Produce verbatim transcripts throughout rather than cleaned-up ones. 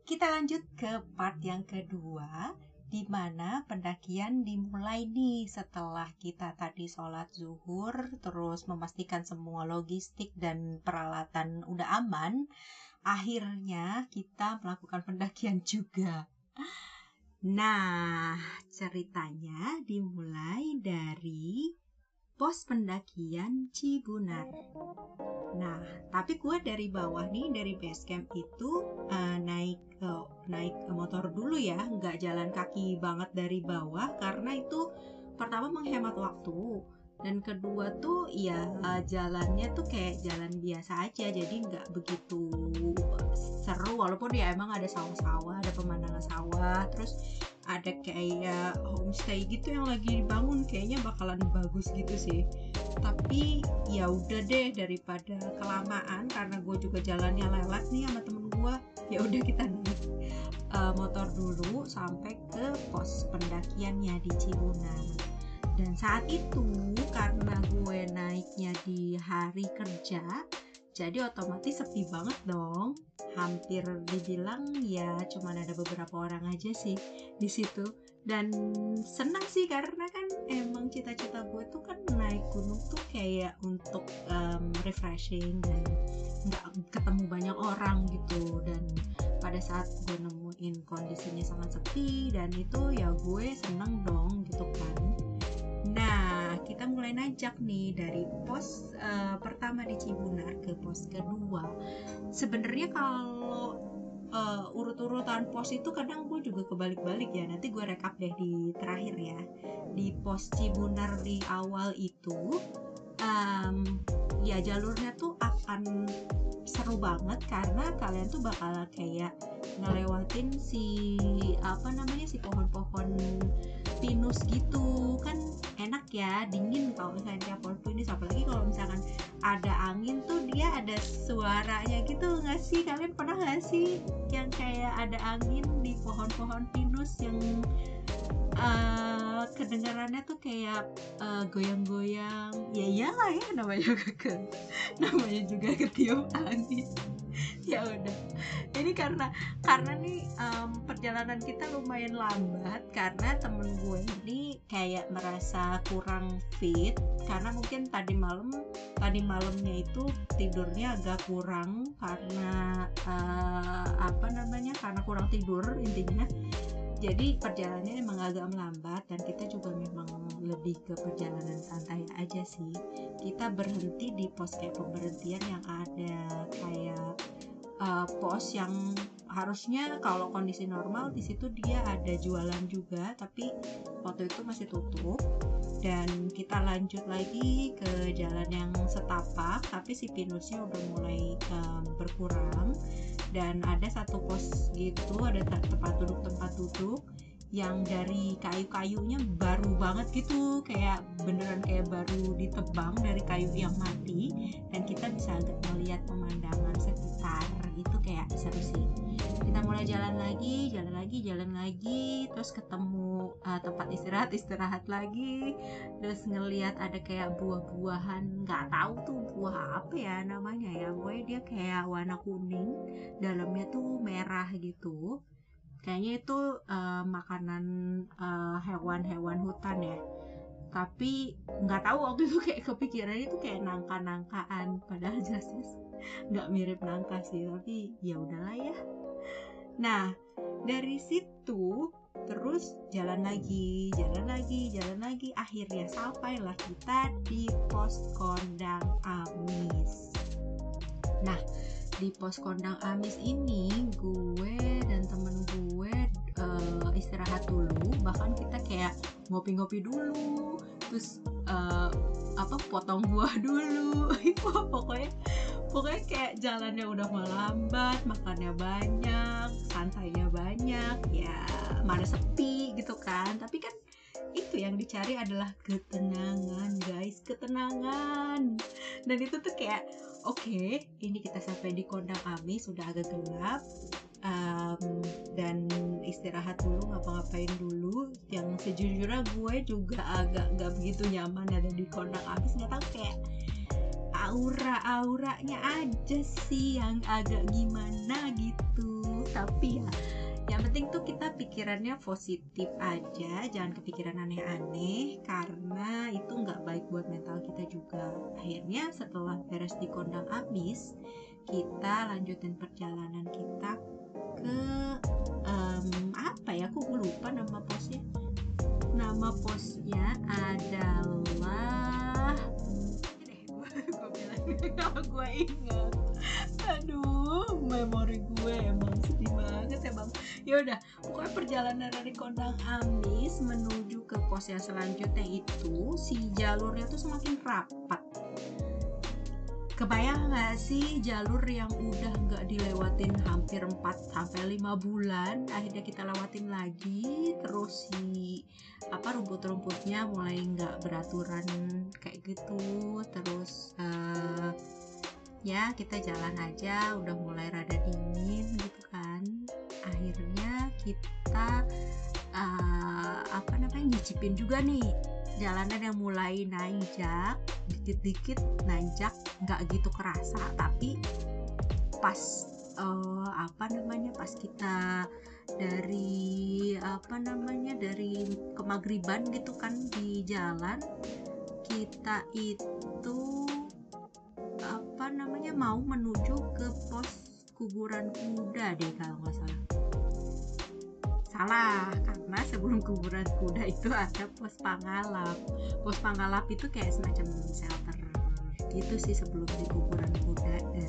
Kita lanjut ke part yang kedua, di mana pendakian dimulai nih setelah kita tadi sholat zuhur, terus memastikan semua logistik dan peralatan udah aman. Akhirnya kita melakukan pendakian juga. Nah, ceritanya dimulai dari pos pendakian Cibunar. Nah, tapi gue dari bawah nih, dari base camp itu uh, naik uh, naik motor dulu ya, nggak jalan kaki banget dari bawah karena itu pertama menghemat waktu dan kedua tuh ya uh, jalannya tuh kayak jalan biasa aja, jadi nggak begitu seru walaupun ya emang ada sawah-sawah, ada pemandangan sawah, terus ada kayak homestay gitu yang lagi dibangun, kayaknya bakalan bagus gitu sih. Tapi ya udah deh, daripada kelamaan karena gue juga jalannya lelet nih sama temen gue, ya udah kita naik uh, motor dulu sampai ke pos pendakiannya di Cibunar. Dan saat itu karena gue naiknya di hari kerja, jadi otomatis sepi banget dong. Hampir dibilang ya cuman ada beberapa orang aja sih di situ. Dan senang sih karena kan emang cita-cita gue tuh kan naik gunung tuh kayak untuk um, refreshing dan nggak ketemu banyak orang gitu. Dan pada saat gue nemuin kondisinya sangat sepi dan itu ya gue seneng dong gitu kan. Nah, kita mulai nanjak nih dari pos uh, pertama di Cibunar ke pos kedua. Sebenarnya kalau uh, urut-urutan pos itu kadang gue juga kebalik-balik ya. Nanti gue rekap deh di terakhir ya. Di pos Cibunar di awal itu, um, ya jalurnya tuh akan seru banget karena kalian tuh bakal kayak ngelewatin si apa namanya si pohon-pohon pinus gitu kan, enak ya, dingin kalau misalnya tiap pohon pinus, apalagi kalau misalkan ada angin tuh dia ada suaranya gitu nggak sih? Kalian pernah nggak sih yang kayak ada angin di pohon-pohon pinus yang uh, kedengarannya tuh kayak uh, goyang-goyang? Ya iyalah ya, namanya juga namanya juga ketiup angin. Ya udah, ini karena karena nih um, perjalanan kita lumayan lambat karena temen gue ini kayak merasa kurang fit karena mungkin tadi malam tadi malamnya itu tidurnya agak kurang karena uh, apa namanya karena kurang tidur intinya. Jadi perjalanannya emang agak melambat dan kita juga memang lebih ke perjalanan santai aja sih. Kita berhenti di pos kayak pemberhentian yang ada kayak Uh, pos yang harusnya kalau kondisi normal di situ dia ada jualan juga, tapi waktu itu masih tutup. Dan kita lanjut lagi ke jalan yang setapak, tapi si pinusnya udah mulai um, berkurang. Dan ada satu pos gitu, ada tempat duduk tempat duduk yang dari kayu-kayunya baru banget gitu, kayak beneran kayak baru ditebang dari kayu yang mati, dan kita bisa agak melihat pemandangan sekitar. Itu kayak seru sih. Kita mulai jalan lagi, jalan lagi, jalan lagi, terus ketemu uh, tempat istirahat, istirahat lagi, terus ngelihat ada kayak buah-buahan, nggak tahu tuh buah apa ya namanya ya, pokoknya dia kayak warna kuning, dalamnya tuh merah gitu. Kayaknya itu uh, makanan uh, hewan-hewan hutan ya. Tapi nggak tahu waktu itu kayak kepikiran itu kayak nangka-nangkaan, padahal jelas-jelas nggak mirip nangka sih, tapi ya udahlah ya. Nah, dari situ terus jalan lagi, jalan lagi, jalan lagi, akhirnya sampailah kita di pos Kondang Amis. Nah, di pos Kondang Amis ini gue dan temen gue uh, istirahat dulu, bahkan kita kayak ngopi-ngopi dulu, terus uh, apa potong buah dulu. pokoknya pokoknya kayak jalannya udah melambat, makannya banyak, santainya banyak, ya mana sepi gitu kan. Tapi kan itu yang dicari adalah ketenangan guys, ketenangan. Dan itu tuh kayak oke, okay, ini kita sampai di Kondang Amis, sudah agak gelap, um, dan istirahat dulu, ngapa-ngapain dulu. Yang sejujurnya gue juga agak gak begitu nyaman ada di Kondang Amis, gak tahu kayak aura-auranya aja sih yang agak gimana gitu. Tapi ya yang penting tuh kita pikirannya positif aja, jangan kepikiran aneh-aneh, karena itu nggak baik buat mental kita juga. Akhirnya setelah beres di Kondang Amis, kita lanjutin perjalanan kita ke um, apa ya, aku lupa nama posnya. Nama posnya adalah deh, gue bilang kalau gue ingat. Aduh, memori gue emang sedih banget ya bang. Ya udah, pokoknya perjalanan dari Kondang Amis menuju ke pos yang selanjutnya itu si jalurnya tuh semakin rapat. Kebayang nggak sih jalur yang udah nggak dilewatin hampir empat sampai lima bulan, akhirnya kita lewatin lagi, terus si apa rumput-rumputnya mulai nggak beraturan kayak gitu, terus uh, ya kita jalan aja udah mulai rada dingin gitu kan. Akhirnya kita uh, apa namanya nyicipin juga nih jalanan yang mulai nanjak, dikit-dikit nanjak, nggak gitu kerasa, tapi pas uh, apa namanya pas kita dari apa namanya dari kemagriban gitu kan di jalan, kita itu apa namanya mau menuju ke pos kuburan kuda deh kalau nggak salah. Salah, karena sebelum kuburan kuda itu ada pos Pangalap. Pos Pangalap itu kayak semacam shelter gitu sih sebelum di kuburan kuda. Dan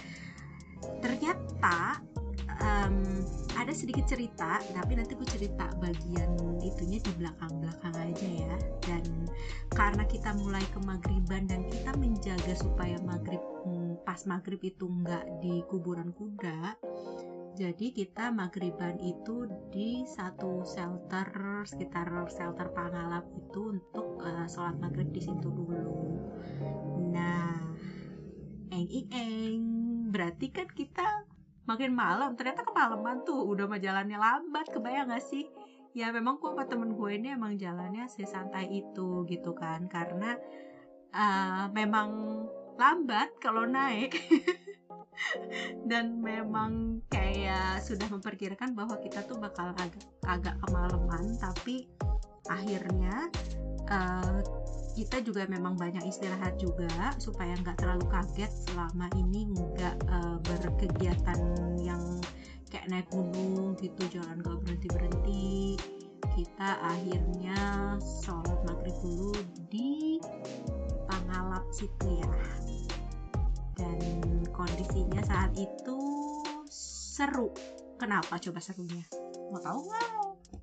ternyata um, ada sedikit cerita, tapi nanti aku cerita bagian itunya di belakang-belakang aja ya. Dan karena kita mulai ke magriban dan kita menjaga supaya maghrib pas maghrib itu nggak di kuburan kuda, jadi kita maghriban itu di satu shelter sekitar shelter Pangalap itu untuk uh, sholat maghrib di situ dulu. Nah, eng eng eng, berarti kan kita makin malam, ternyata kemalaman tuh, udah mah jalannya lambat, kebayang gak sih? Ya memang gue sama temen gue ini emang jalannya sesantai itu gitu kan, karena uh, memang lambat kalau naik. Dan memang kayak sudah memperkirakan bahwa kita tuh bakal agak agak kemalaman, tapi akhirnya uh, kita juga memang banyak istirahat juga supaya nggak terlalu kaget selama ini nggak uh, berkegiatan yang kayak naik gunung gitu, jalan nggak berhenti berhenti. Kita akhirnya sholat maghrib dulu di Pangalap situ ya. Dan kondisinya saat itu seru. Kenapa coba serunya? Mau tahu nggak?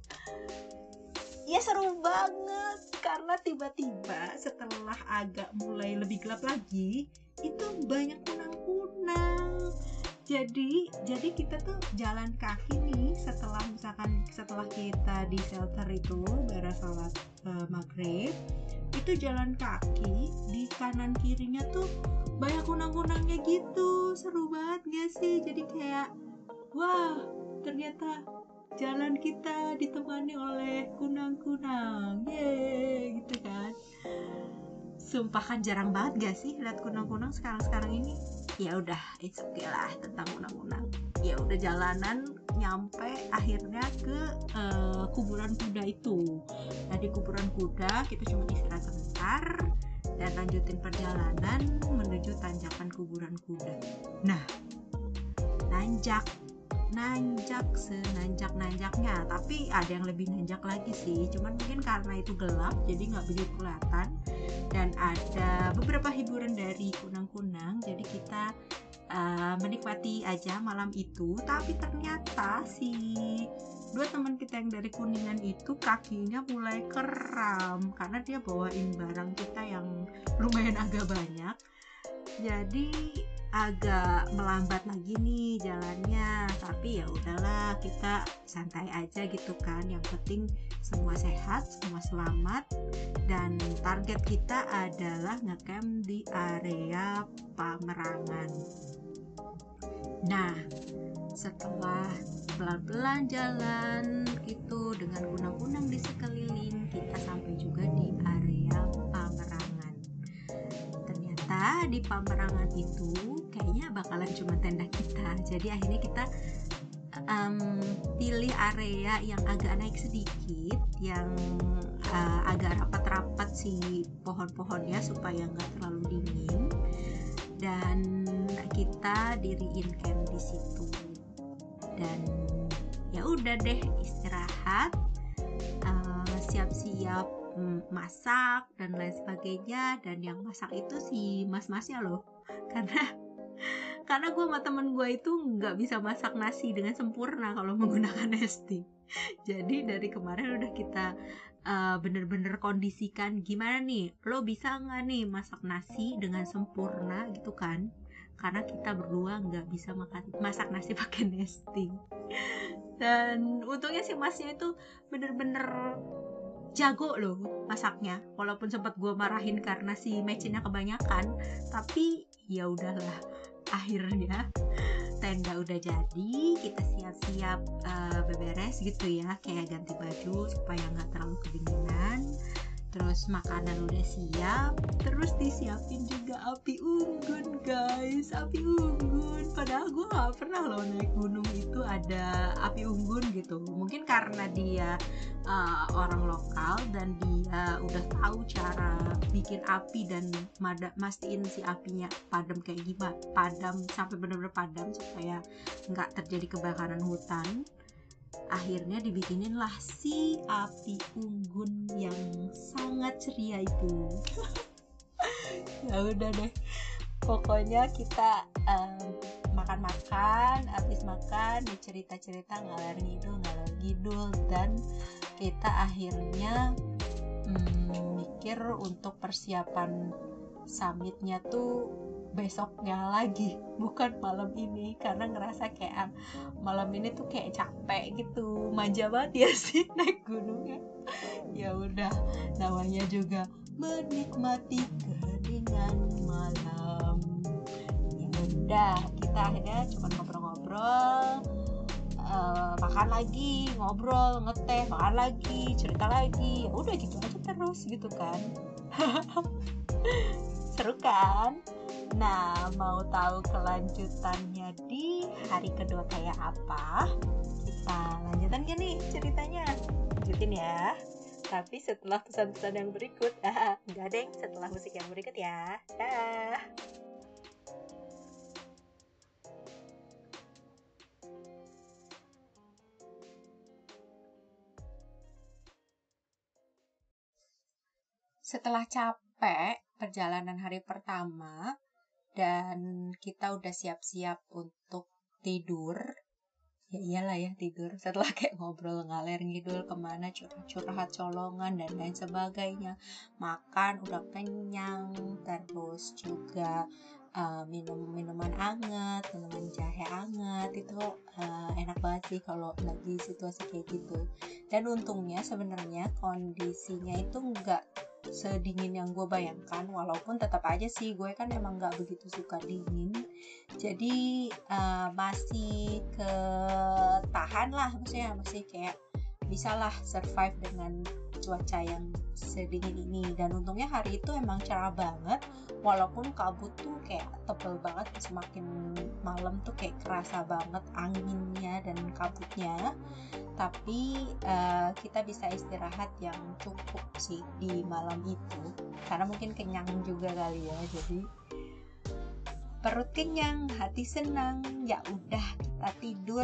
Ya seru banget karena tiba-tiba setelah agak mulai lebih gelap lagi itu banyak kunang-kunang. Jadi jadi kita tuh jalan kaki nih setelah misalkan setelah kita di shelter itu beres sholat uh, maghrib, itu jalan kaki di kanan kirinya tuh banyak kunang-kunangnya gitu. Seru banget gak sih? Jadi kayak wah, ternyata jalan kita ditemani oleh kunang-kunang, yeay gitu kan. Sumpah kan jarang banget gak sih lihat kunang-kunang sekarang-sekarang ini. Ya udah, it's okay lah tentang kunang-kunang. Ya udah jalanan nyampe akhirnya ke uh, kuburan kuda itu. Nah di kuburan kuda kita cuma istirahat sebentar dan lanjutin perjalanan menuju tanjakan kuburan kuda. Nah, nanjak nanjak senanjak-nanjaknya, tapi ada yang lebih nanjak lagi sih, cuman mungkin karena itu gelap jadi nggak begitu kelihatan, dan ada beberapa hiburan dari kunang-kunang, jadi kita uh, menikmati aja malam itu. Tapi ternyata si dua teman kita yang dari Kuningan itu kakinya mulai kram karena dia bawain barang kita yang lumayan agak banyak, jadi agak melambat lagi nih jalannya. Tapi ya udahlah, kita santai aja gitu kan, yang penting semua sehat, semua selamat, dan target kita adalah ngecamp di area Pamerangan. Nah setelah pelan-pelan jalan gitu dengan kunang-kunang di sekeliling, kita sampai juga di area Pamerangan. Ternyata di Pamerangan itu kayaknya bakalan cuma tenda kita, jadi akhirnya kita pilih area yang agak naik sedikit, yang uh, agak rapat-rapat si pohon-pohonnya supaya nggak terlalu dingin, dan kita diriin camp di situ. Dan ya udah deh, istirahat, uh, siap-siap mm, masak dan lain sebagainya. Dan yang masak itu si mas-masnya loh, karena karena gue sama temen gue itu nggak bisa masak nasi dengan sempurna kalau menggunakan nesting. Jadi dari kemarin udah kita uh, bener-bener kondisikan, gimana nih, lo bisa nggak nih masak nasi dengan sempurna gitu kan, karena kita berdua nggak bisa makan masak nasi pakai nesting. Dan untungnya si masnya itu bener-bener jago loh masaknya, walaupun sempat gue marahin karena si mecinnya kebanyakan, tapi ya udahlah, akhirnya tenda udah jadi, kita siap-siap uh, beberes gitu ya, kayak ganti baju supaya nggak terlalu kedinginan. Terus makanan udah siap, terus disiapin juga api unggun guys, api unggun. Padahal gue gak pernah loh naik gunung itu ada api unggun gitu. Mungkin karena dia uh, orang lokal dan dia udah tahu cara bikin api dan mada- mastiin si apinya padam kayak gimana, padam sampai benar-benar padam supaya nggak terjadi kebakaran hutan. Akhirnya dibikinin lah si api unggun yang sangat ceria itu. Ya udah deh, pokoknya kita um, makan-makan, habis makan cerita-cerita ngalor ngidul ngalor ngidul dan kita akhirnya um, mikir untuk persiapan summitnya tuh besoknya lagi, bukan malam ini, karena ngerasa kayak malam ini tuh kayak capek gitu, manja banget ya sih naik gunungnya. Ya udah, namanya juga menikmati keheningan malam. Ya udah, kita akhirnya cuma ngobrol-ngobrol, uh, makan lagi, ngobrol, ngeteh, makan lagi, cerita lagi. Ya udah gitu aja terus gitu kan. Seru kan? Nah, mau tahu kelanjutannya di hari kedua kayak apa? Kita lanjutan gak nih ceritanya? Lanjutin ya. Tapi setelah pesan-pesan yang berikut. Ah, enggak deng, setelah musik yang berikut ya. Dah. Setelah capek perjalanan hari pertama dan kita udah siap-siap untuk tidur, ya iyalah ya tidur setelah kayak ngobrol ngaler ngidul kemana, curhat-curhat colongan dan lain sebagainya, makan udah kenyang, terus juga uh, minum minuman anget, minuman jahe anget itu uh, enak banget sih kalau lagi situasi kayak gitu. Dan untungnya sebenarnya kondisinya itu enggak sedingin yang gue bayangkan, walaupun tetap aja sih gue kan emang gak begitu suka dingin, jadi uh, masih ketahan lah, maksudnya masih kayak bisa lah survive dengan cuaca yang sedingin ini. Dan untungnya hari itu emang cerah banget, walaupun kabut tuh kayak tebel banget, semakin malam tuh kayak kerasa banget anginnya dan kabutnya. Tapi uh, kita bisa istirahat yang cukup sih di malam itu, karena mungkin kenyang juga kali ya, jadi perut kenyang, hati senang. Ya udah, kita tidur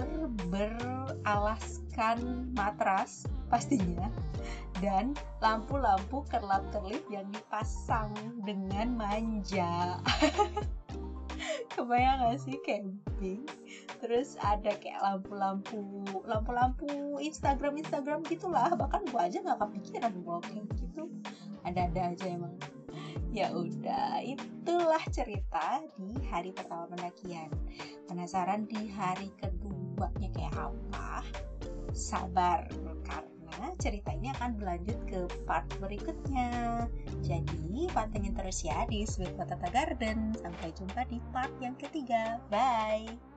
beralaskan matras pastinya, dan lampu-lampu kerlap-kerlip yang dipasang dengan manja. Kebayang gak sih camping? Terus ada kayak lampu-lampu lampu-lampu Instagram Instagram gitulah, bahkan gua aja nggak kepikiran gua kayak gitu, ada-ada aja emang. Ya udah, itulah cerita di hari pertama pendakian. Penasaran di hari keduanya kayak apa? Sabar, karena cerita ini akan berlanjut ke part berikutnya. Jadi pantengin terus ya di Sweet Potato Garden. Sampai jumpa di part yang ketiga. Bye.